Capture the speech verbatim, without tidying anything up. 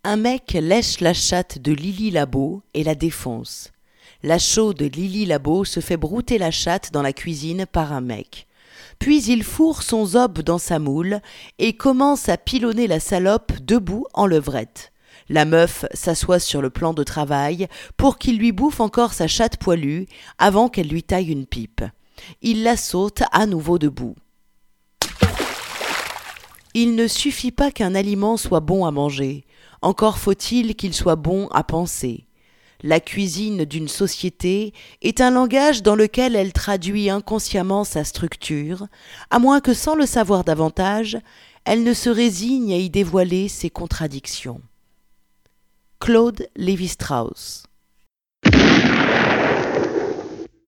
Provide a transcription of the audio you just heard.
Un mec lèche la chatte de Lily Labo et la défonce. La chaude Lily Labo se fait brouter la chatte dans la cuisine par un mec. Puis il fourre son zob dans sa moule et commence à pilonner la salope debout en levrette. La meuf s'assoit sur le plan de travail pour qu'il lui bouffe encore sa chatte poilue avant qu'elle lui taille une pipe. Il la saute à nouveau debout. Il ne suffit pas qu'un aliment soit bon à manger, encore faut-il qu'il soit bon à penser. La cuisine d'une société est un langage dans lequel elle traduit inconsciemment sa structure, à moins que sans le savoir davantage, elle ne se résigne à y dévoiler ses contradictions. Claude Lévi-Strauss.